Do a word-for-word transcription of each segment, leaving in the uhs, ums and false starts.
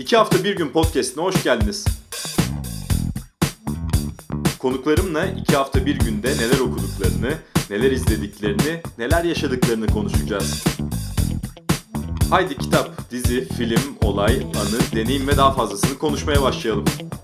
İki Hafta Bir Gün Podcast'ine hoş geldiniz. Konuklarımla iki hafta bir günde neler okuduklarını, neler izlediklerini, neler yaşadıklarını konuşacağız. Haydi kitap, dizi, film, olay, anı, deneyim ve daha fazlasını konuşmaya başlayalım.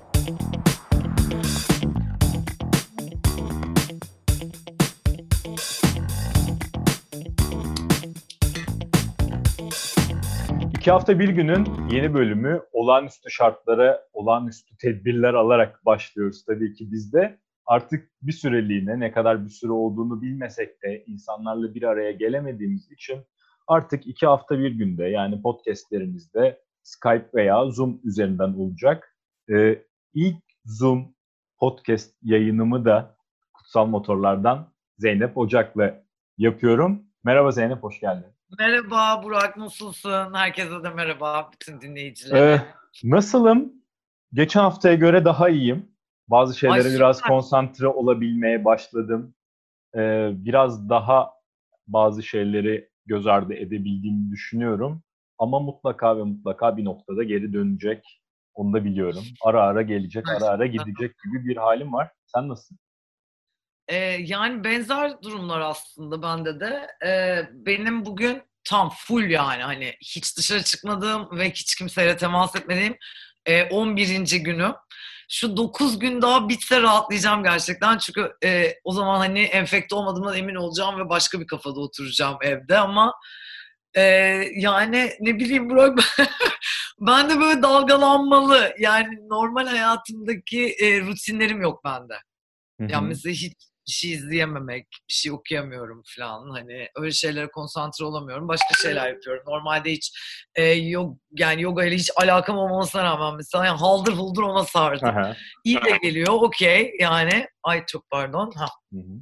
İki hafta bir günün yeni bölümü olağanüstü şartlara, olağanüstü tedbirler alarak başlıyoruz tabii ki biz de. Artık bir süreliğine, ne kadar bir süre olduğunu bilmesek de insanlarla bir araya gelemediğimiz için artık iki hafta bir günde, yani podcastlerimizde Skype veya Zoom üzerinden olacak. Ee, ilk Zoom podcast yayınımı da Kutsal Motorlar'dan Zeynep Ocak'la yapıyorum. Merhaba Zeynep, hoş geldin. Merhaba Burak, nasılsın? Herkese de merhaba, bütün dinleyicilere. Ee, nasılım? Geçen haftaya göre daha iyiyim. Bazı şeylere Ay, biraz süper. konsantre olabilmeye başladım. Ee, biraz daha bazı şeyleri göz ardı edebildiğimi düşünüyorum. Ama mutlaka ve mutlaka bir noktada geri dönecek. Onu da biliyorum. Ara ara gelecek, ara ara gidecek gibi bir halim var. Sen nasılsın? Ee, yani benzer durumlar aslında bende de. Ee, benim bugün tam full, yani hani hiç dışarı çıkmadığım ve hiç kimseyle temas etmediğim e, on birinci günüm. Şu dokuz gün daha bitse rahatlayacağım gerçekten. Çünkü e, o zaman hani enfekte olmadığımdan emin olacağım ve başka bir kafada oturacağım evde. Ama e, yani ne bileyim Burak, ben de böyle dalgalanmalı. Yani normal hayatımdaki e, rutinlerim yok bende. Hı Yani hı. mesela hiç bir şey izleyememek, bir şey okuyamıyorum falan. Hani öyle şeylere konsantre olamıyorum. Başka şeyler yapıyorum. Normalde hiç e, yok, yani yoga ile hiç alakam olmamasına rağmen mesela yani haldır huldur ona sardım. Aha. İyi de geliyor, okey yani. Ay çok pardon. Ha. Hı hı.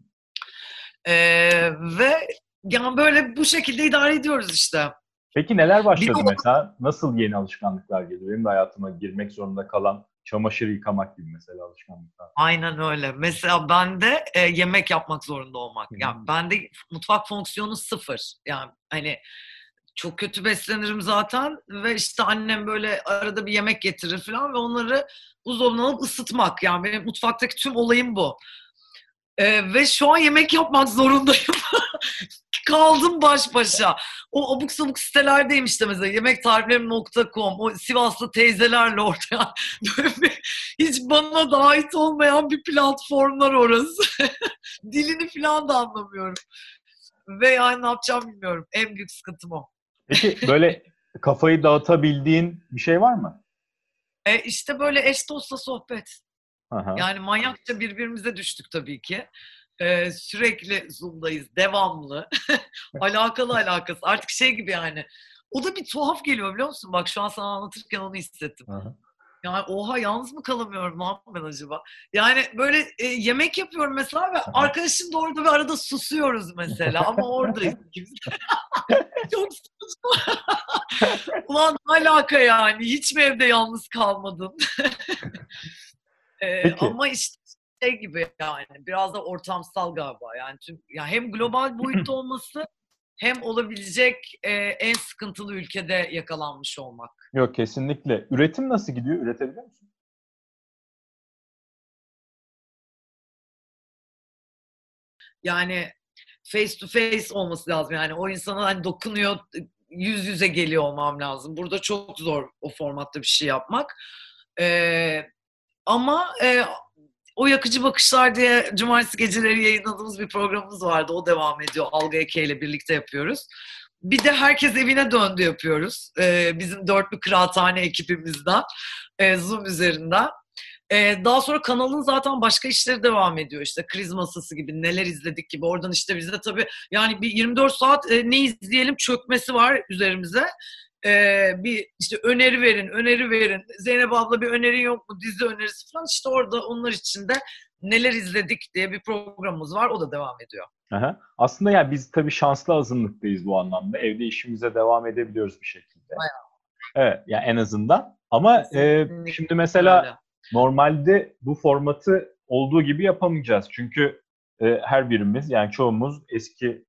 E, ve yani böyle bu şekilde idare ediyoruz işte. Peki neler Bir de başladı o- mesela? Nasıl yeni alışkanlıklar geliyor? Benim de hayatıma girmek zorunda kalan çamaşır yıkamak gibi mesela alışkanlıklar. aynen öyle. Mesela bende e, yemek yapmak zorunda olmak. Hı hı. Yani bende mutfak fonksiyonu sıfır. Yani hani çok kötü beslenirim zaten ve işte annem böyle arada bir yemek getirir falan ve onları buzdolabına alıp ısıtmak. Yani benim mutfaktaki tüm olayım bu. Ee, ve şu an yemek yapmak zorundayım. Kaldım baş başa. O abuk sabuk sitelerdeyim işte, mesela yemektariflerim nokta com, o Sivaslı teyzelerle ortaya böyle bir, hiç bana da ait olmayan bir platformlar orası. Dilini falan da anlamıyorum. Ve yani ne yapacağım bilmiyorum. En büyük sıkıntım o. Peki böyle kafayı dağıtabildiğin bir şey var mı? E işte böyle eş dostla sohbet. Aha. Yani manyakça birbirimize düştük tabii ki. E, sürekli Zoom'dayız, devamlı. Alakalı alakası. Artık şey gibi yani. O da bir tuhaf geliyor, biliyor musun? Bak şu an sana anlatırken onu hissettim. Aha. Yani oha, yalnız mı kalamıyorum lan ben acaba? Yani böyle e, yemek yapıyorum mesela ve Aha. arkadaşım da orada ve arada susuyoruz mesela. Ama oradayız ikimiz. Çok saçma. Ulan ne alaka yani? Hiç mi evde yalnız kalmadın? Ee, Peki. ama işte şey gibi, yani biraz da ortamsal galiba. Yani tüm, ya hem global boyutta olması hem olabilecek e, en sıkıntılı ülkede yakalanmış olmak. Yok, kesinlikle. Üretim nasıl gidiyor? Üretebiliyor musun? Yani face to face olması lazım. Yani o insana hani dokunuyor, yüz yüze geliyor olmam lazım. Burada çok zor o formatta bir şey yapmak. Ee, ama e, o yakıcı bakışlar diye cumartesi geceleri yayınladığımız bir programımız vardı. O devam ediyor. Alga Eke ile birlikte yapıyoruz. Bir de herkes evine döndü yapıyoruz. Ee, bizim dörtlü kıraathane ekibimizden. E, Zoom üzerinden. Ee, daha sonra kanalın zaten başka işleri devam ediyor. İşte kriz masası gibi, neler izledik gibi. Oradan işte bize tabii yani bir yirmi dört saat e, ne izleyelim çökmesi var üzerimize. Ee, bir işte öneri verin, öneri verin. Zeynep abla bir önerin yok mu? Dizi önerisi falan. İşte orada onlar için de neler izledik diye bir programımız var. O da devam ediyor. Aha. Aslında yani biz tabii şanslı azınlıktayız bu anlamda. Evde işimize devam edebiliyoruz bir şekilde. Bayağı. Evet, yani en azından. Ama e, Kesinlikle şimdi öyle. mesela normalde bu formatı olduğu gibi yapamayacağız. Çünkü e, her birimiz, yani çoğumuz eski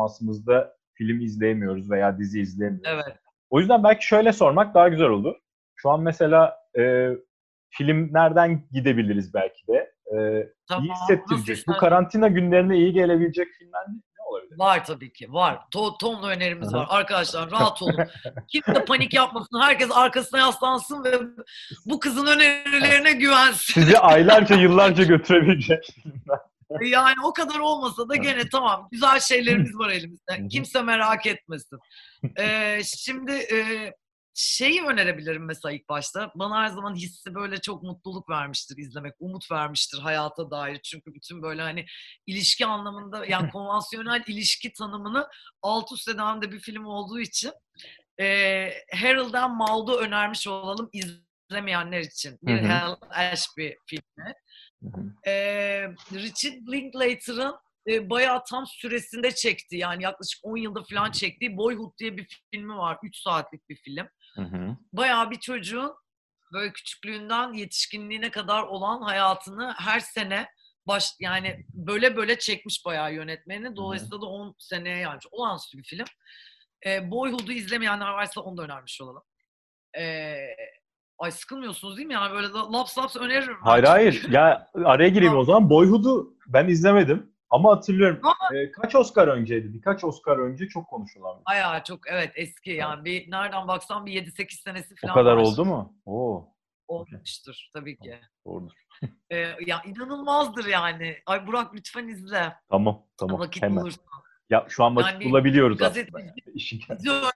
performansımızda film izleyemiyoruz veya dizi izleyemiyoruz. Evet. O yüzden belki şöyle sormak daha güzel olur. Şu an mesela e, filmlerden gidebiliriz belki de. E, iyi Tamam. Nasıl hissettirecek. Bu istersen. karantina günlerine iyi gelebilecek filmler ne, ne olabilir? Var tabii ki. Var. To tonla önerimiz var. Arkadaşlar rahat olun. Kimse panik yapmasın. Herkes arkasına yaslansın ve bu kızın önerilerine güvensin. Sizi aylarca, yıllarca götürebilecek filmler. Yani o kadar olmasa da gene tamam. Güzel şeylerimiz var Hı elimizde. hı. Kimse merak etmesin. Ee, şimdi e, şeyi önerebilirim mesela ilk başta. Bana her zaman hissi böyle çok mutluluk vermiştir izlemek. Umut vermiştir hayata dair. Çünkü bütün böyle hani ilişki anlamında yani konvansiyonel ilişki tanımını alt üst eden de bir film olduğu için e, Harold and Maude'u önermiş olalım izlemeyenler için. Bir Hı hı. Hal Ashby filmi. Hı hı. Ee, Richard Linklater'ın e, bayağı tam süresinde çekti. Yani yaklaşık on yılda falan çektiği Boyhood diye bir filmi var. üç saatlik bir film. Hı hı. Bayağı bir çocuğun böyle küçüklüğünden yetişkinliğine kadar olan hayatını her sene baş yani böyle böyle çekmiş bayağı yönetmeni. Dolayısıyla da on seneye yani olağanüstü bir film. Ee, Boyhood'u izlemeyenler varsa onu da önermiş olalım. Ee, ay sıkılmıyorsunuz değil mi? Yani böyle laps laps öneririm. ben Hayır çünkü. hayır. Ya araya gireyim o zaman. Boyhood'u ben izlemedim. Ama hatırlıyorum. Ama Ee, kaç Oscar önceydi? Birkaç Oscar önce çok konuşulan bir şey. bayağı çok evet eski yani bir nereden baksan bir yedi sekiz senesi O falan kadar var. oldu mu? Oo. Olmuştur tabii ki. Doğrudur. Ee, ya inanılmazdır yani. Ay Burak lütfen izle. Tamam tamam. Vakit Hemen. bulursan. Ya şu an vakit Yani bir bulabiliyoruz gazeteci aslında. Yani. İşin dizi öğren,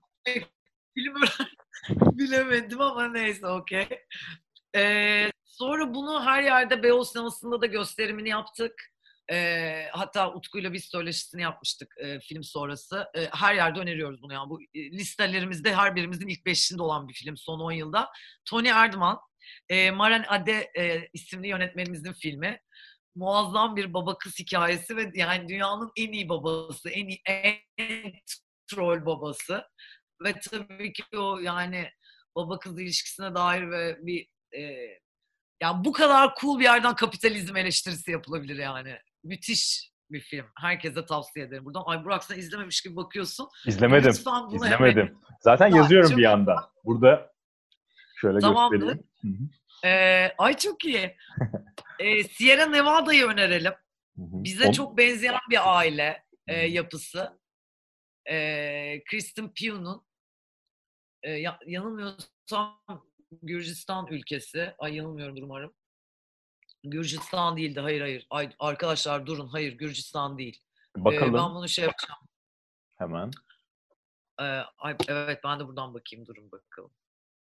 film öğren bilemedim ama neyse okey. Ee, sonra bunu her yerde Beyoğlu Sineması'nda da gösterimini yaptık. Ee, hatta Utku'yla biz söyleşisini yapmıştık e, film sonrası. E, her yerde öneriyoruz bunu yani. Bu e, listelerimizde her birimizin ilk beşinde olan bir film son on yılda. Tony Erdmann, e, Maren Ade e, isimli yönetmenimizin filmi. Muazzam bir baba kız hikayesi ve yani dünyanın en iyi babası, en iyi, en troll babası. Ve tabii ki o yani baba kız ilişkisine dair ve bir e, yani bu kadar cool bir yerden kapitalizm eleştirisi yapılabilir yani. Müthiş bir film. Herkese tavsiye ederim. Buradan ay Burak sen izlememiş gibi bakıyorsun. İzlemedim. Lütfen bunu İzlemedim. Zaten Ya, yazıyorum çok- bir yandan. Burada şöyle Tamamdır. göstereyim. Hı hı. Ee, ay çok iyi. Ee, Sierra Nevada'yı önerelim. Hı hı. Bize On- çok benzeyen bir aile e, Hı hı. yapısı. Ee, Kristen Pugh'un e, ya, yanılmıyorsam Gürcistan ülkesi. Ay yanılmıyorum umarım. Gürcistan değildi. Hayır hayır. Ay, arkadaşlar durun. Hayır Gürcistan değil. Ee, Bakalım ben bunu şey yapacağım. hemen. Ee, ay, evet ben de buradan bakayım. Durun bakalım.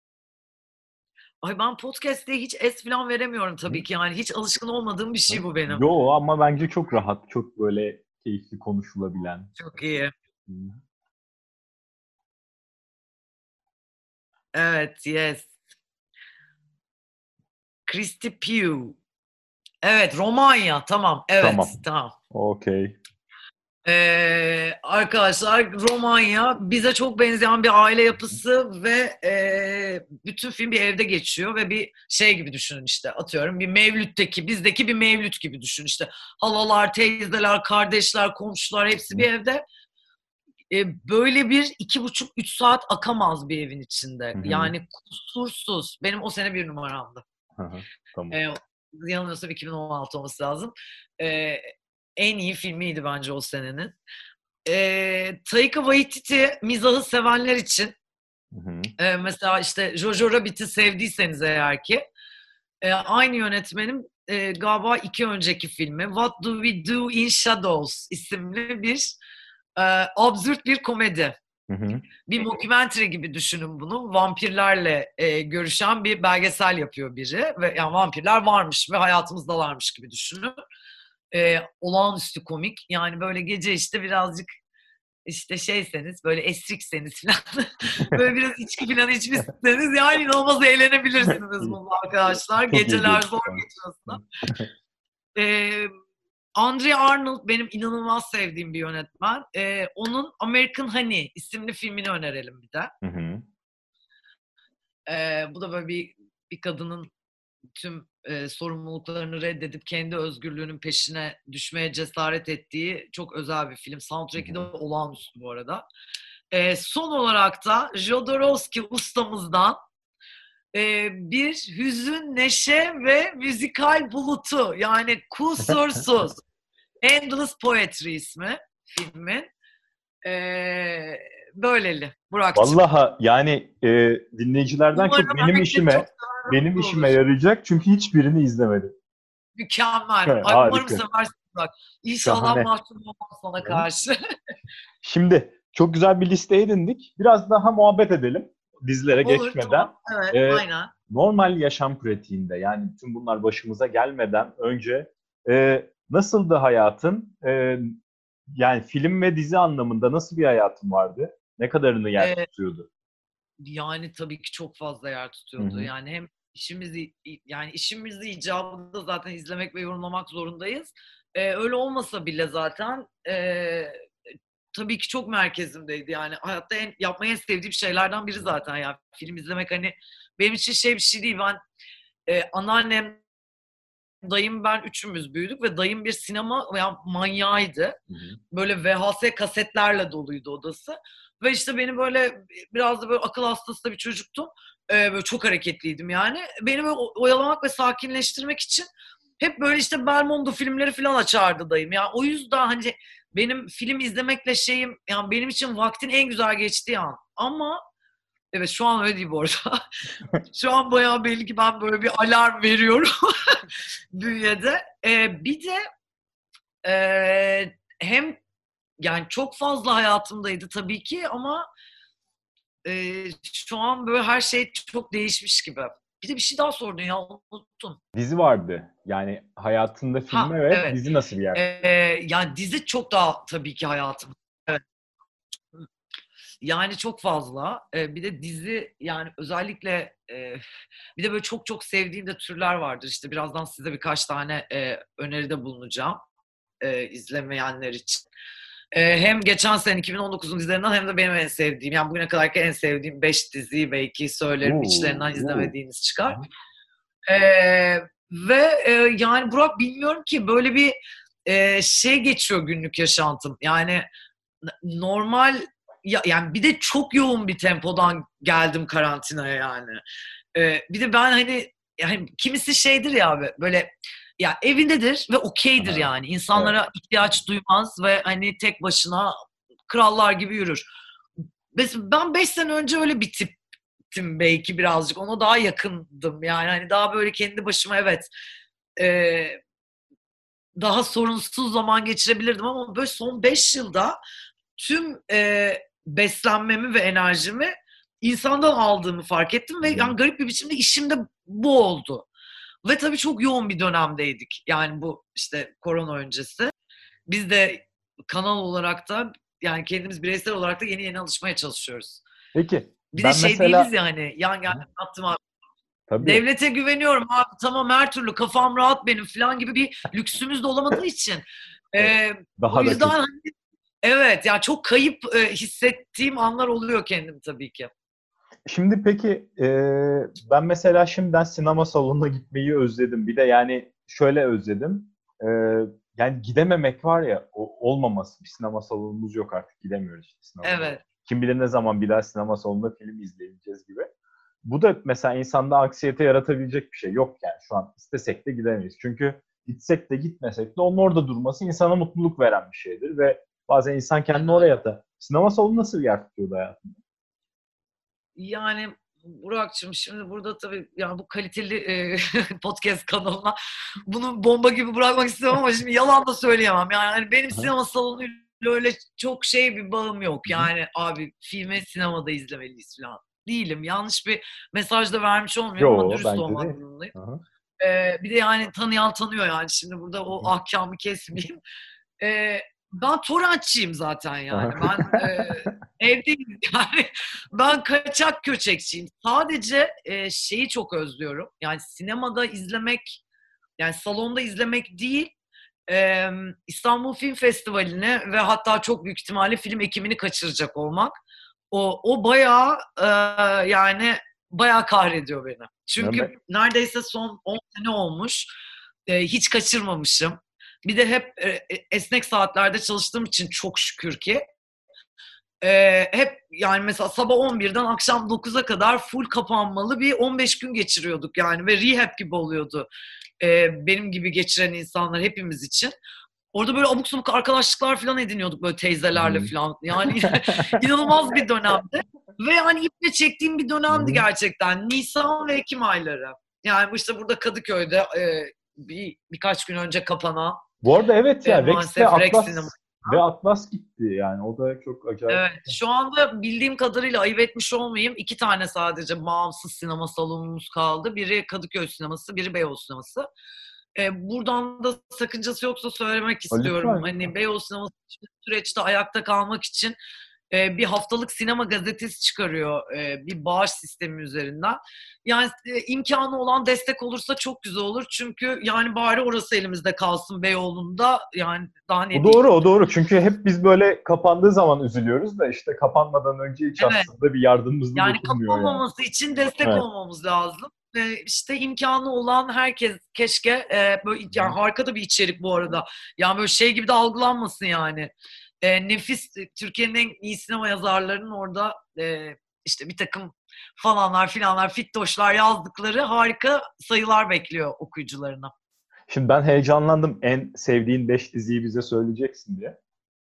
Ay ben podcast'te hiç es falan veremiyorum tabii ki. Yani hiç alışkın olmadığım bir şey bu benim. Yo ama bence çok rahat, çok böyle keyifli konuşulabilen. Çok iyi. Hı. Evet, yes. Christy Pugh. Evet, Romanya. Tamam, evet, Tamam. tamam. Okey. Ee, arkadaşlar Romanya bize çok benzeyen bir aile yapısı ve e, bütün film bir evde geçiyor ve bir şey gibi düşünün işte atıyorum bir Mevlüt'teki bizdeki bir Mevlüt gibi düşün işte halalar, teyzeler, kardeşler, komşular hepsi bir evde. E, böyle bir iki buçuk üç saat akamaz bir evin içinde. Hı hı. Yani kusursuz. Benim o sene bir numaramdı. Hı hı, tamam. E, yanılmıyorsam iki bin on altı olması lazım. E, en iyi filmiydi bence o senenin. E, Taika Waititi mizahı sevenler için Hı hı. e, mesela işte Jojo Rabbit'i sevdiyseniz eğer ki e, aynı yönetmenin e, galiba iki önceki filmi What Do We Do in Shadows isimli bir e, absürt bir komedi. Hı hı. Bir mockumentary gibi düşünün bunu. Vampirlerle e, görüşen bir belgesel yapıyor biri. Ve yani vampirler varmış ve hayatımızdalarmış gibi düşünün. E, olağanüstü komik. Yani böyle gece işte birazcık işte şeyseniz böyle esrikseniz falan böyle biraz içki falan içmişseniz yani inanılmaz eğlenebilirsiniz bununla arkadaşlar. Çok iyi Geceler diyorsun. zor geçiyorsa. E, Andrea Arnold benim inanılmaz sevdiğim bir yönetmen. Ee, onun American Honey isimli filmini önerelim bir de. Hı hı. Ee, bu da böyle bir bir kadının tüm e, sorumluluklarını reddedip kendi özgürlüğünün peşine düşmeye cesaret ettiği çok özel bir film. Soundtrack'i de olağanüstü bu arada. Ee, son olarak da Jodorowsky ustamızdan e, bir hüzün, neşe ve müzikal bulutu. Yani kusursuz. Endless Poetry ismi filmin. Ee, böyleli Burak'cığım. Vallahi yani e, dinleyicilerden çok Umarım benim herkes çok işime sever ve benim mutlu işime olur. yarayacak çünkü hiçbirini izlemedim. Mükemmel. Ay umarım Harika. seversin Burak. İnşallah Şahane. mahcup olmam sana karşı. Şimdi çok güzel bir liste edindik. Biraz daha muhabbet edelim dizilere Olur geçmeden. tamam. Evet Ee, aynen. normal yaşam pratiğinde yani tüm bunlar başımıza gelmeden önce e, nasıldı hayatın? E, yani film ve dizi anlamında nasıl bir hayatın vardı? Ne kadarını yer Ee, tutuyordu? yani tabii ki çok fazla yer Hı tutuyordu. hı. Yani hem işimizi yani işimizi icabında zaten izlemek ve yorumlamak zorundayız. Ee, öyle olmasa bile zaten e, tabii ki çok merkezimdeydi yani. Hayatta en, yapmayı en sevdiğim şeylerden biri zaten ya. Film izlemek hani benim için şey bir şey değil. Ben e, anneannem, dayım ben üçümüz büyüdük ve dayım bir sinema yani manyağıydı. Hı hı. Böyle V H S kasetlerle doluydu odası. Ve işte beni böyle biraz da böyle akıl hastası da bir çocuktum. Ee, böyle çok hareketliydim yani. Beni böyle oyalamak ve sakinleştirmek için hep böyle işte Belmondo filmleri falan açardı dayım. Yani o yüzden hani benim film izlemekle şeyim yani benim için vaktin en güzel geçtiği an. Ama evet şu an öyle değil bu arada. Şu an bayağı belli ki ben böyle bir alarm veriyorum bünyede. Ee, bir de e, hem yani çok fazla hayatımdaydı tabii ki ama e, şu an böyle her şey çok değişmiş gibi. Bir de bir şey daha sordun ya unuttum. Dizi vardı. Yani hayatında film Ha evet, evet. dizi nasıl bir yer? Ee, yani dizi çok daha tabii ki hayatım. Evet. Yani çok fazla. Ee, bir de dizi yani özellikle e, bir de böyle çok çok sevdiğim de türler vardır. İşte birazdan size birkaç tane e, öneride bulunacağım e, izlemeyenler için. E, hem geçen sene iki bin on dokuzun dizilerinden hem de benim en sevdiğim yani bugüne kadarki en sevdiğim beş diziyi belki söylerim Oo, içlerinden oo. izlemediğiniz çıkar. Aha. E, ve e, yani Burak bilmiyorum ki böyle bir e, şey geçiyor günlük yaşantım. Yani normal ya, yani bir de çok yoğun bir tempodan geldim karantinaya yani. Ee, bir de ben hani yani kimisi şeydir ya abi böyle ya evindedir ve okeydir Aha. yani. Evet. İnsanlara ihtiyaç duymaz ve hani tek başına krallar gibi yürür. Mesela ben beş sene önce öyle bir tiptim belki birazcık. Ona daha yakındım yani. Hani daha böyle kendi başıma evet e, daha sorunsuz zaman geçirebilirdim ama böyle son beş yılda tüm e, beslenmemi ve enerjimi insandan aldığımı fark ettim Hı ve hı. yani garip bir biçimde işimde bu oldu. Ve tabii çok yoğun bir dönemdeydik. Yani bu işte korona öncesi. Biz de kanal olarak da yani kendimiz bireysel olarak da yeni yeni alışmaya çalışıyoruz. Peki Bir de ben şey değiliz mesela yani yan geldim attım abi. tabii Devlete güveniyorum abi tamam her türlü kafam rahat benim falan gibi bir lüksümüz de olamadığı için. evet, Ee, o daha da yüzden kötü. hani evet ya çok kayıp e, hissettiğim anlar oluyor kendim tabii ki. Şimdi peki e, ben mesela şimdiden sinema salonuna gitmeyi özledim. Bir de yani şöyle özledim. E, yani gidememek var ya o, olmaması. Bir sinema salonumuz yok artık gidemiyoruz işte sinemaya. Evet. Kim bilir ne zaman bir daha sinema salonunda film izleyeceğiz gibi. Bu da mesela insanda anksiyete yaratabilecek bir şey. Yok yani şu an istesek de gidemeyiz. Çünkü gitsek de gitmesek de onun orada durması insana mutluluk veren bir şeydir. Ve bazen insan Aynen kendini öyle. oraya atar. Sinema salonu nasıl bir yer tutuyordu hayatında? Yani Burak'cığım şimdi burada tabii yani bu kaliteli e, podcast kanalına bunu bomba gibi bırakmak istemem ama şimdi yalan da söyleyemem. Yani hani benim Aha. sinema salonuyla öyle çok şey bir bağım yok. Hı hı. Yani abi filmi sinemada izlemeliyiz falan. Değilim. Yanlış bir mesaj da vermiş olmuyorum ama Yo dürüst bence olmak değil. zorundayım. Aha. Ee, bir de yani tanıyan tanıyor yani şimdi burada Hı o hı. ahkamı kesmeyeyim. Ee, ben torrentçiyim zaten yani. Aha. Ben e, evdeyim yani. Ben kaçak göçekçiyim. Sadece e, şeyi çok özlüyorum. Yani sinemada izlemek, yani salonda izlemek değil, e, İstanbul Film Festivali'ni ve hatta çok büyük ihtimalle film ekimini kaçıracak olmak. O, o bayağı e, yani bayağı kahrediyor beni. Çünkü Mehmet. neredeyse son on sene olmuş. E, hiç kaçırmamışım. Bir de hep e, esnek saatlerde çalıştığım için çok şükür ki Ee, hep yani mesela sabah on birden akşam dokuza kadar full kapanmalı bir on beş gün geçiriyorduk yani ve rehab gibi oluyordu. Ee, benim gibi geçiren insanlar hepimiz için. Orada böyle abuk sabuk arkadaşlıklar falan ediniyorduk böyle teyzelerle Hı. falan. Yani inanılmaz bir dönemdi. Ve hani iple çektiğim bir Hı dönemdi hı. gerçekten. Nisan ve Ekim ayları. Yani işte burada Kadıköy'de e, bir birkaç gün önce kapanan Bu arada evet e, ya Rex ve maalesef Rex Sinema. Atlas ve Atlas gitti yani. O da çok acayip. Evet, şu anda bildiğim kadarıyla ayıp etmiş olmayayım. İki tane sadece bağımsız sinema salonumuz kaldı. Biri Kadıköy sineması, biri Beyoğlu sineması. Ee, buradan da sakıncası yoksa söylemek O, istiyorum. lütfen Hani lütfen. Beyoğlu sineması şu süreçte ayakta kalmak için e, bir haftalık sinema gazetesi çıkarıyor e, bir bağış sistemi üzerinden. Yani e, imkanı olan destek olursa çok güzel olur. Çünkü yani bari orası elimizde kalsın Beyoğlu'nda. Yani daha O ne doğru, diyeyim. o doğru. Çünkü hep biz böyle kapandığı zaman üzülüyoruz da işte kapanmadan önce hiç Evet. aslında bir yardımımız da Yani dokunmuyor yani. kapanmaması için destek Evet. olmamız lazım. Ee, işte imkanı olan herkes keşke e, böyle yani harika da bir içerik bu arada. Yani böyle şey gibi de algılanmasın yani. E, nefis Türkiye'nin en iyi sinema yazarlarının orada e, işte bir takım falanlar filanlar fittoşlar yazdıkları harika sayılar bekliyor okuyucularına. Şimdi ben heyecanlandım. En sevdiğin beş diziyi bize söyleyeceksin diye.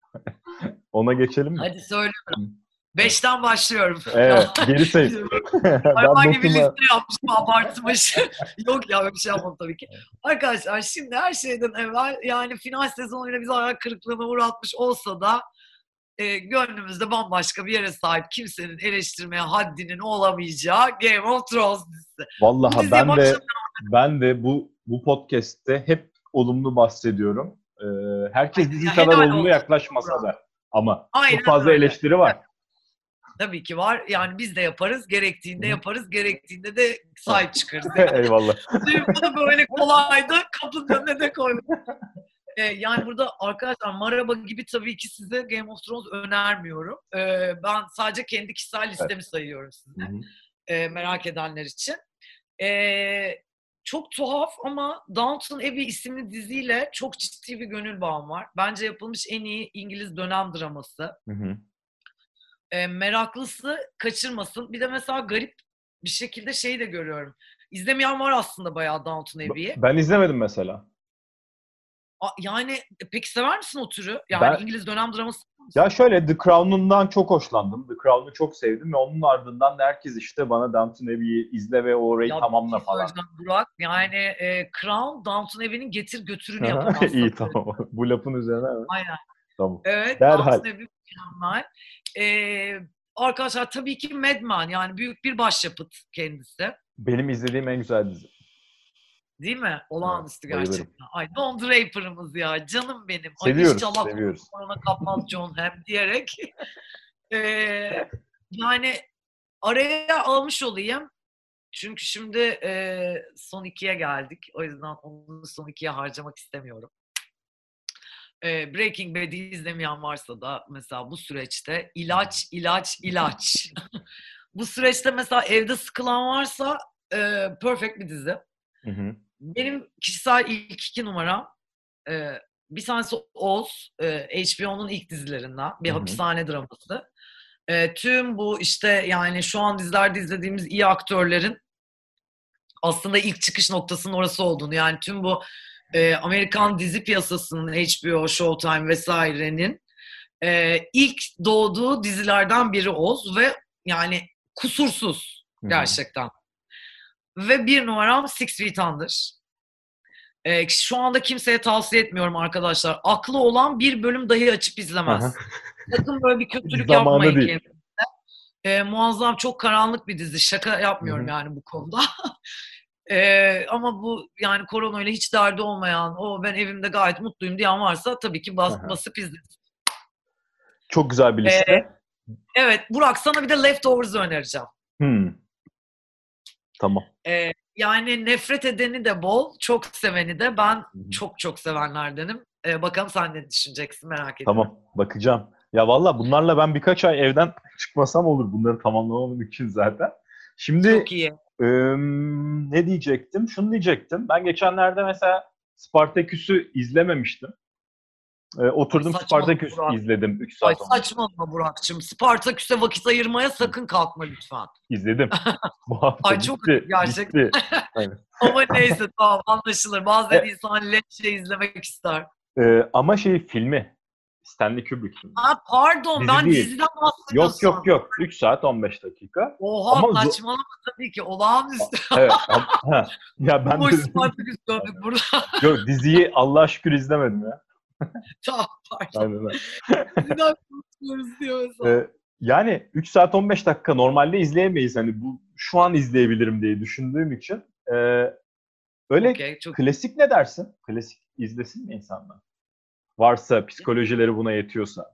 Ona geçelim mi? Hadi söyle. Hı. Evet. Beşten başlıyorum. Ya Evet, geri sayım. Ben hayvan gibi notuma... liste yapmışım, abartmış. Yok ya, öyle bir şey yapmadım tabii ki. Arkadaşlar şimdi her şeyden evvel yani final sezonuyla bizi ayak kırıklığına uğratmış olsa da e, gönlümüzde bambaşka bir yere sahip, kimsenin eleştirmeye haddinin olamayacağı Game of Thrones dizisi. Bu Vallahi diziye ben de başlamadan ben de bu bu podcast'te hep olumlu bahsediyorum. Ee, herkes bizim ya kadar helal olumlu olsun. yaklaşmasa da ama çok Aynen fazla öyle. eleştiri var. Tabii ki var. Yani biz de yaparız. Gerektiğinde Hı. yaparız. Gerektiğinde de Evet. sahip çıkarız. Yani. Eyvallah. Şimdi bunu böyle kolaydı. Kapının önüne de koyduk. Ee, yani burada arkadaşlar Maraba gibi tabii ki size Game of Thrones önermiyorum. Ee, ben sadece kendi kişisel Evet. listemi sayıyorum size. Hı hı. Ee, merak edenler için. Ee, çok tuhaf ama Downton Abbey isimli diziyle çok ciddi bir gönül bağım var. Bence yapılmış en iyi İngiliz dönem draması. Hı hı. Ee, meraklısı kaçırmasın. Bir de mesela garip bir şekilde şeyi de görüyorum. İzlemeyen var aslında bayağı Downton Abbey'i. Ben izlemedim mesela. A- Yani e, peki sever misin o türü? Yani Ben İngiliz dönem draması sever ya misin? şöyle The Crown'undan çok hoşlandım. The Crown'u çok sevdim ve onun ardından da herkes işte bana Downton Abbey'i izle ve orayı Ya bir tamamla şey falan. söyleyeceğim Burak. Yani e, Crown Downton Abbey'nin getir götürünü yapamazsa. İyi tamam. Bu lafın üzerine mi? Aynen. Tamam. Evet, Derhal. Downton Abbey mükemmel. E, arkadaşlar tabii ki Mad Men, yani büyük bir başyapıt kendisi. Benim izlediğim en güzel dizi. Değil mi? Evet, Olağanüstü bayılırım. gerçekten. Ay Don Draper'ımız ya. Canım benim. Ay Seviyoruz, inşallah seviyoruz. korona kapmaz John hem diyerek. e, yani araya almış olayım. Çünkü şimdi e, son ikiye geldik. O yüzden onu son ikiye harcamak istemiyorum. E, Breaking Bad'i izlemeyen varsa da mesela bu süreçte ilaç, ilaç, ilaç. Bu süreçte mesela evde sıkılan varsa e, perfect bir dizi. Hı hı. Benim kişisel ilk iki numaram e, bir tanesi Oz, e, H B O'nun ilk dizilerinden bir Hı hı. hapishane draması. E, tüm bu işte yani şu an dizilerde izlediğimiz iyi aktörlerin aslında ilk çıkış noktasının orası olduğunu, yani tüm bu e, Amerikan dizi piyasasının H B O, Showtime vesairenin e, ilk doğduğu dizilerden biri Oz ve yani kusursuz Hı hı. gerçekten. Ve bir numaram Six Feet Under. E, şu anda kimseye tavsiye etmiyorum arkadaşlar. Aklı olan bir bölüm dahi açıp Hı hı. izlemez. Sakın böyle bir kötülük Zamanı yapmayın değil. kendinize. E, muazzam, çok karanlık bir dizi. Şaka Hı yapmıyorum hı. yani bu konuda. Ee, ama bu yani koronayla hiç derdi olmayan, o ben evimde gayet mutluyum diyen varsa tabii ki Hı bas, hı. basıp izlesin. Çok güzel bir Ee, liste. evet Burak, sana bir de Leftovers'ı önereceğim. Hmm. Tamam. Ee, yani nefret edeni de bol, çok seveni de. Ben Hı hı. çok çok sevenlerdenim. Ee, bakalım sen ne düşüneceksin, merak ediyorum. Tamam. Bakacağım. Ya valla bunlarla ben birkaç ay evden çıkmasam olur. Bunları tamamlamam için zaten. Çok Şimdi iyi. Ee, ne diyecektim? Şunu diyecektim. Ben geçenlerde mesela Spartaküs'ü izlememiştim. Ee, oturdum Ay Spartaküs saçmalama Burak. izledim üç Ay saat on beş. saçmalama Burak'cığım. Spartaküs'e vakit ayırmaya sakın kalkma lütfen. İzledim. Bu hafta Ay çok bitti. gerçekten. Bitti. Aynen. Ama neyse tamam anlaşılır. Bazen E, insan leş şey izlemek ister. e, ama şey filmi. Stanley Kubrick filmi. Ha pardon Dizi ben değil. diziden Yok yok bahsediyorsun. yok. üç saat on beş dakika. Oha Ama zo- saçmalama tabii ki. Olağanüstü. evet. am- ha. Ya ben Boş de Spartaküs gördük burada. yok, diziyi Allah'a şükür izlemedim ya. Tamam pardon. Aynen öyle. Diziden konuşuyoruz diyor mesela. Ee, yani üç saat on beş dakika normalde izleyemeyiz. Hani bu şu an izleyebilirim diye düşündüğüm için. Ee, öyle Okey, çok klasik ne dersin? Klasik izlesin mi insanlar? Varsa psikolojileri buna yetiyorsa.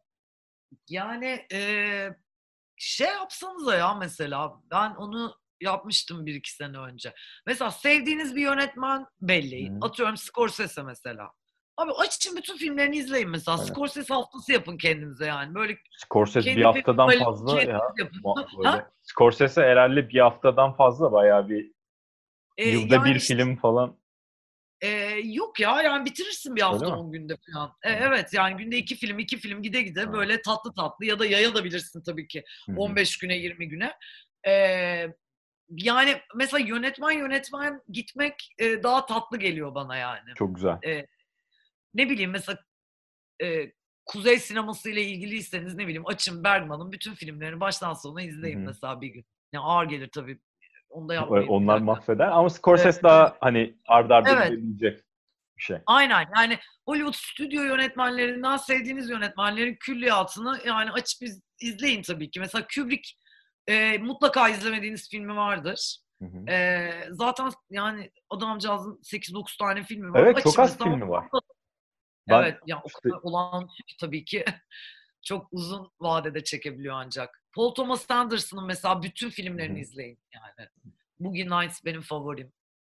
yani eee, şey yapsanıza ya mesela. Ben onu yapmıştım bir iki sene önce. Mesela sevdiğiniz bir yönetmen belli. Hı. Atıyorum Scorsese mesela. Abi açın bütün filmlerini izleyin mesela. Aynen. Scorsese haftası yapın kendinize yani. Böyle Scorsese bir kendi haftadan festivalini fazla ya. kendiniz yapın. Ma- Ha? Böyle. Scorsese herhalde bir haftadan fazla, bayağı bir Ee, yılda bir yani işte film falan. e, yok ya yani bitirirsin bir Öyle hafta mi? on günde falan. E, Hı. evet yani günde iki film iki film gide gide Hı. böyle tatlı tatlı ya da yayabilirsin tabii ki Hı hı. on beş güne yirmi güne. Ee, yani mesela yönetmen yönetmen gitmek e, daha tatlı geliyor bana yani. Çok güzel. E, ne bileyim mesela e, Kuzey sineması ile ilgiliyseniz ne bileyim açın Bergman'ın bütün filmlerini baştan sona Hı izleyin hı. mesela bir gün. Yani ağır gelir tabii. Onu da E, yapmayın bir Onlar dakika. mahveder ama E, Scorsese daha hani ard arda evet. gidebilecek bir şey. Aynen yani Hollywood stüdyo yönetmenlerinden sevdiğiniz yönetmenlerin külliyatını yani açıp iz- izleyin tabii ki. Mesela Kubrick e, mutlaka izlemediğiniz filmi vardır. Hı hı. E, zaten yani adamcağızın sekiz dokuz tane filmi var. Evet, çok Açın az mesela. filmi var. Ben Evet yani o işte kadar olan tabii ki çok uzun vadede çekebiliyor ancak. Paul Thomas Anderson'ın mesela bütün Hı filmlerini hı. izleyin yani. Boogie Nights benim favorim.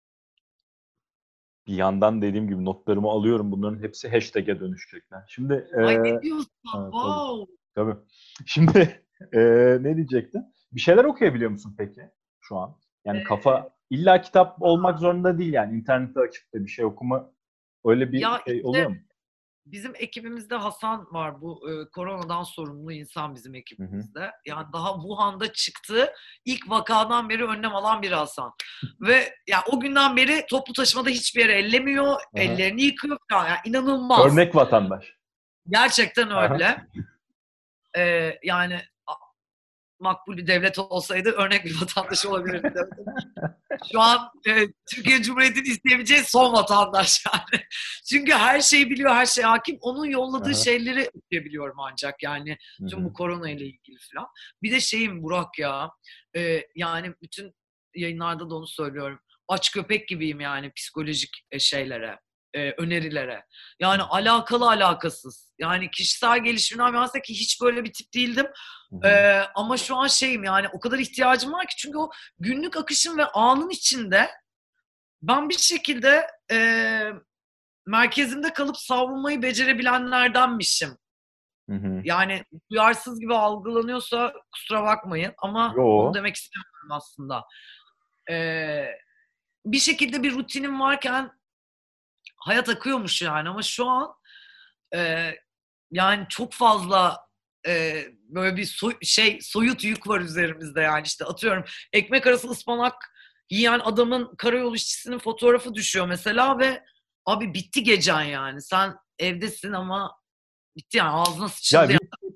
bir yandan dediğim gibi notlarımı alıyorum. Bunların hepsi hashtag'e dönüşecekler. Şimdi e, Ay ne diyorsun? evet, tabii. Wow. Tabii. Şimdi e, ne diyecektim? Bir şeyler okuyabiliyor musun peki şu an? Yani Ee, kafa illa kitap olmak zorunda değil yani. İnternette açıp da bir şey okuma, öyle bir ya şey işte oluyor mu? bizim ekibimizde Hasan var, bu e, koronadan sorumlu insan bizim Hı hı. ekibimizde. Yani daha Wuhan'da çıktı, ilk vakadan beri önlem alan bir Hasan. Ve ya o günden beri toplu taşımada hiçbir yere ellemiyor, Aha. ellerini yıkıyor falan. Yani inanılmaz. Örnek vatandaş. Gerçekten Aha. öyle. Ee, yani a- makbul bir devlet olsaydı örnek bir vatandaş olabilirdi. Şu an e, Türkiye Cumhuriyeti'nin isteyebileceği son vatandaş yani. Çünkü her şeyi biliyor, her şeye hakim. Onun yolladığı Aha. şeyleri okuyabiliyorum ancak yani Hı tüm hı. bu korona ile ilgili falan. Bir de şeyim Burak ya, e, yani bütün yayınlarda da onu söylüyorum. Aç köpek gibiyim yani psikolojik e, şeylere, e, önerilere. Yani alakalı alakasız. Yani kişisel gelişimden bahsederken ki hiç böyle bir tip değildim. Hı E, hı. ama şu an şeyim yani o kadar ihtiyacım var ki çünkü o günlük akışın ve anın içinde ben bir şekilde e, merkezinde kalıp savrulmayı becerebilenlerdenmişim. Hı hı. Yani duyarsız gibi algılanıyorsa kusura bakmayın ama onu Yo. demek istemiyorum aslında. E, bir şekilde bir rutinim varken hayat akıyormuş yani ama şu an e, yani çok fazla e, böyle bir soy- şey soyut yük var üzerimizde yani işte atıyorum ekmek arası ıspanak yiyen adamın karayolu işçisinin fotoğrafı düşüyor mesela ve abi bitti gecen yani sen evdesin ama bitti yani ağzına Ya sıçıldı bir yani.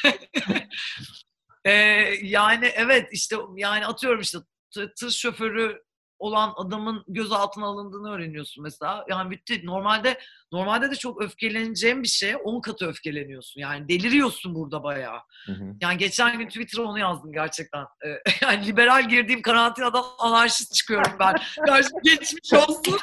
E, yani evet işte yani atıyorum işte tır, tır şoförü olan adamın gözaltına alındığını öğreniyorsun mesela. Yani bitti. Normalde normalde de çok öfkeleneceğim bir şey. On katı öfkeleniyorsun. Yani deliriyorsun burada bayağı. Hı hı. Yani geçen gün Twitter'a onu yazdım gerçekten. Ee, yani liberal girdiğim karantinadan anarşist çıkıyorum ben. Yani geçmiş olsun.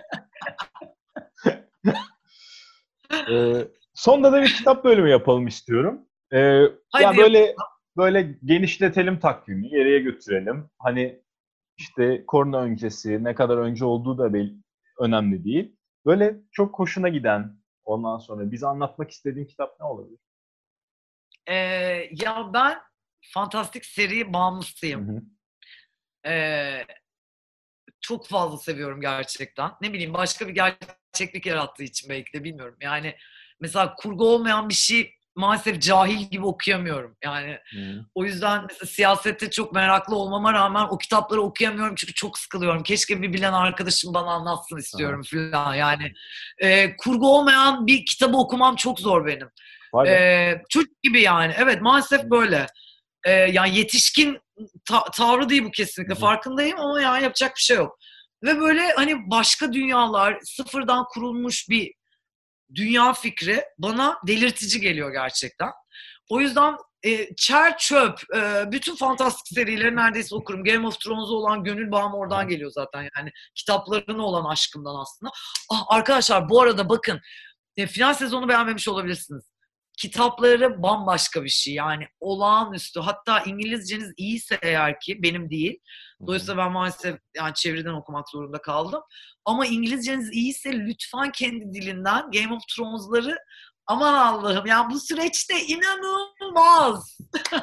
Ee, sonda da bir kitap bölümü yapalım istiyorum. Ee, ya Hadi yap. böyle böyle genişletelim takvimi, geriye götürelim. Hani işte korona öncesi, ne kadar önce olduğu da bel- önemli değil. Böyle çok hoşuna giden, ondan sonra bize anlatmak istediğin kitap ne olabilir? Ee, ya ben fantastik seri Hı bağımlısıyım. hı. Ee, çok fazla seviyorum gerçekten. Ne bileyim başka bir gerçeklik yarattığı için belki de bilmiyorum. Yani mesela kurgu olmayan bir şey maalesef cahil gibi okuyamıyorum. Yani Hı. o yüzden mesela siyasette çok meraklı olmama rağmen o kitapları okuyamıyorum çünkü çok sıkılıyorum. Keşke bir bilen arkadaşım bana anlatsın istiyorum falan. Yani e, kurgu olmayan bir kitabı okumam çok zor benim. Vay be. E, çocuk gibi yani. Evet, maalesef böyle. E, yani yetişkin ta- tavrı değil bu kesinlikle. Hı hı. Farkındayım ama yani yapacak bir şey yok. Ve böyle hani başka dünyalar, sıfırdan kurulmuş bir dünya fikri bana delirtici geliyor gerçekten. O yüzden e, çer çöp, e, bütün fantastik serileri neredeyse okurum. Game of Thrones'a olan gönül bağım oradan geliyor zaten. Yani kitaplarına olan aşkımdan aslında. Ah, arkadaşlar bu arada bakın, e, final sezonu beğenmemiş olabilirsiniz. Kitapları bambaşka bir şey, yani olağanüstü. Hatta İngilizceniz iyiyse eğer ki, benim değil. Dolayısıyla ben maalesef yani çeviriden okumak zorunda kaldım. Ama İngilizceniz iyiyse lütfen kendi dilinden Game of Thrones'ları, aman Allah'ım yani bu süreçte inanılmaz.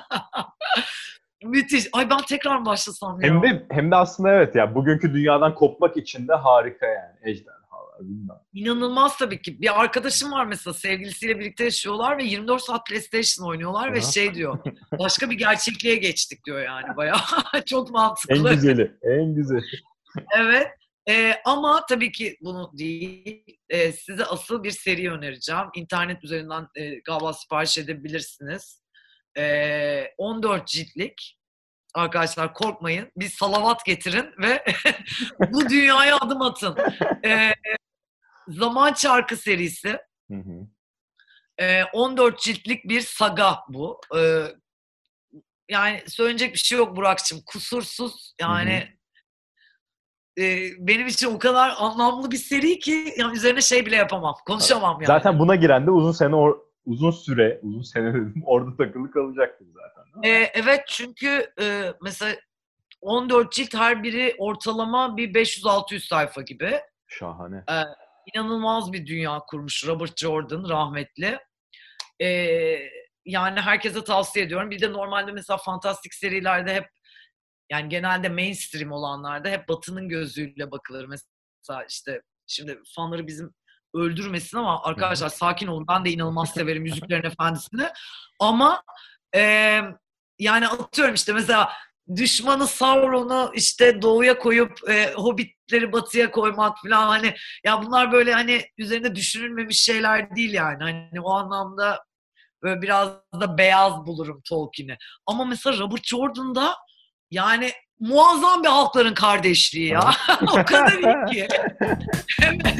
Müthiş. Ay ben tekrar mı başlasam ya? Hem de hem de aslında evet ya, bugünkü dünyadan kopmak için de harika yani. Ejderhalar bilmem. İnanılmaz tabii ki. Bir arkadaşım var mesela, sevgilisiyle birlikte yaşıyorlar ve yirmi dört saat PlayStation oynuyorlar ve Aha. şey diyor, başka bir gerçekliğe geçtik diyor yani bayağı. Çok En mantıklı. güzeli, en güzeli. Evet. Ee, ama tabii ki bunu değil. Ee, size asıl bir seri önereceğim. İnternet üzerinden e, galiba sipariş edebilirsiniz. Ee, on dört ciltlik. Arkadaşlar korkmayın. Bir salavat getirin ve bu dünyaya adım atın. Ee, Zaman Çarkı serisi. Hı hı. Ee, on dört ciltlik bir saga bu. Ee, yani söyleyecek bir şey yok Burak'cığım. Kusursuz yani. E, benim için o kadar anlamlı bir seri ki yani üzerine şey bile yapamam. Konuşamam yani. Zaten buna giren de uzun sene or- uzun süre, uzun sene dedim, orada takılı kalacaktır zaten. E, evet çünkü e, mesela on dört cilt, her biri ortalama bir beş yüz altı yüz sayfa gibi. Şahane. E, inanılmaz bir dünya kurmuş Robert Jordan rahmetli. E, yani herkese tavsiye ediyorum. Bir de normalde mesela fantastik serilerde hep, yani genelde mainstream olanlarda hep Batı'nın gözüyle bakılır. Mesela işte şimdi fanları bizim öldürmesin ama arkadaşlar sakin olun. Ben de inanılmaz severim Yüzüklerin Efendisi'ni. Ama e, yani atıyorum işte mesela düşmanı Sauron'u işte doğuya koyup e, hobbitleri batıya koymak falan, hani ya bunlar böyle hani üzerinde düşünülmemiş şeyler değil yani. Hani o anlamda böyle biraz da beyaz bulurum Tolkien'i. Ama mesela Robert Jordan'da yani muazzam bir halkların kardeşliği ya. O kadar iyi ki. Evet.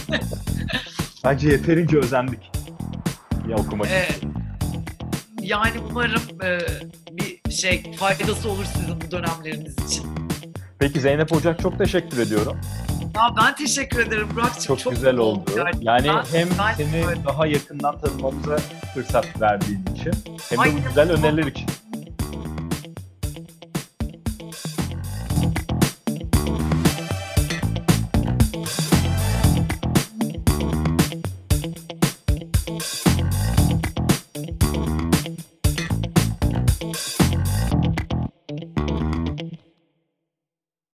Bence yeterince özendik ya okumak Ee, için. yani umarım e, bir şey faydası olur sizin bu dönemleriniz için. Peki Zeynep Ocak, çok teşekkür ediyorum. Ya ben teşekkür ederim Burak'cığım. Çok, Çok güzel mutlu oldu. oldum gerçekten. Yani hem Ben- seni evet. daha yakından tanımamıza fırsat verdiğin için hem de Ay, bu güzel öneriler için.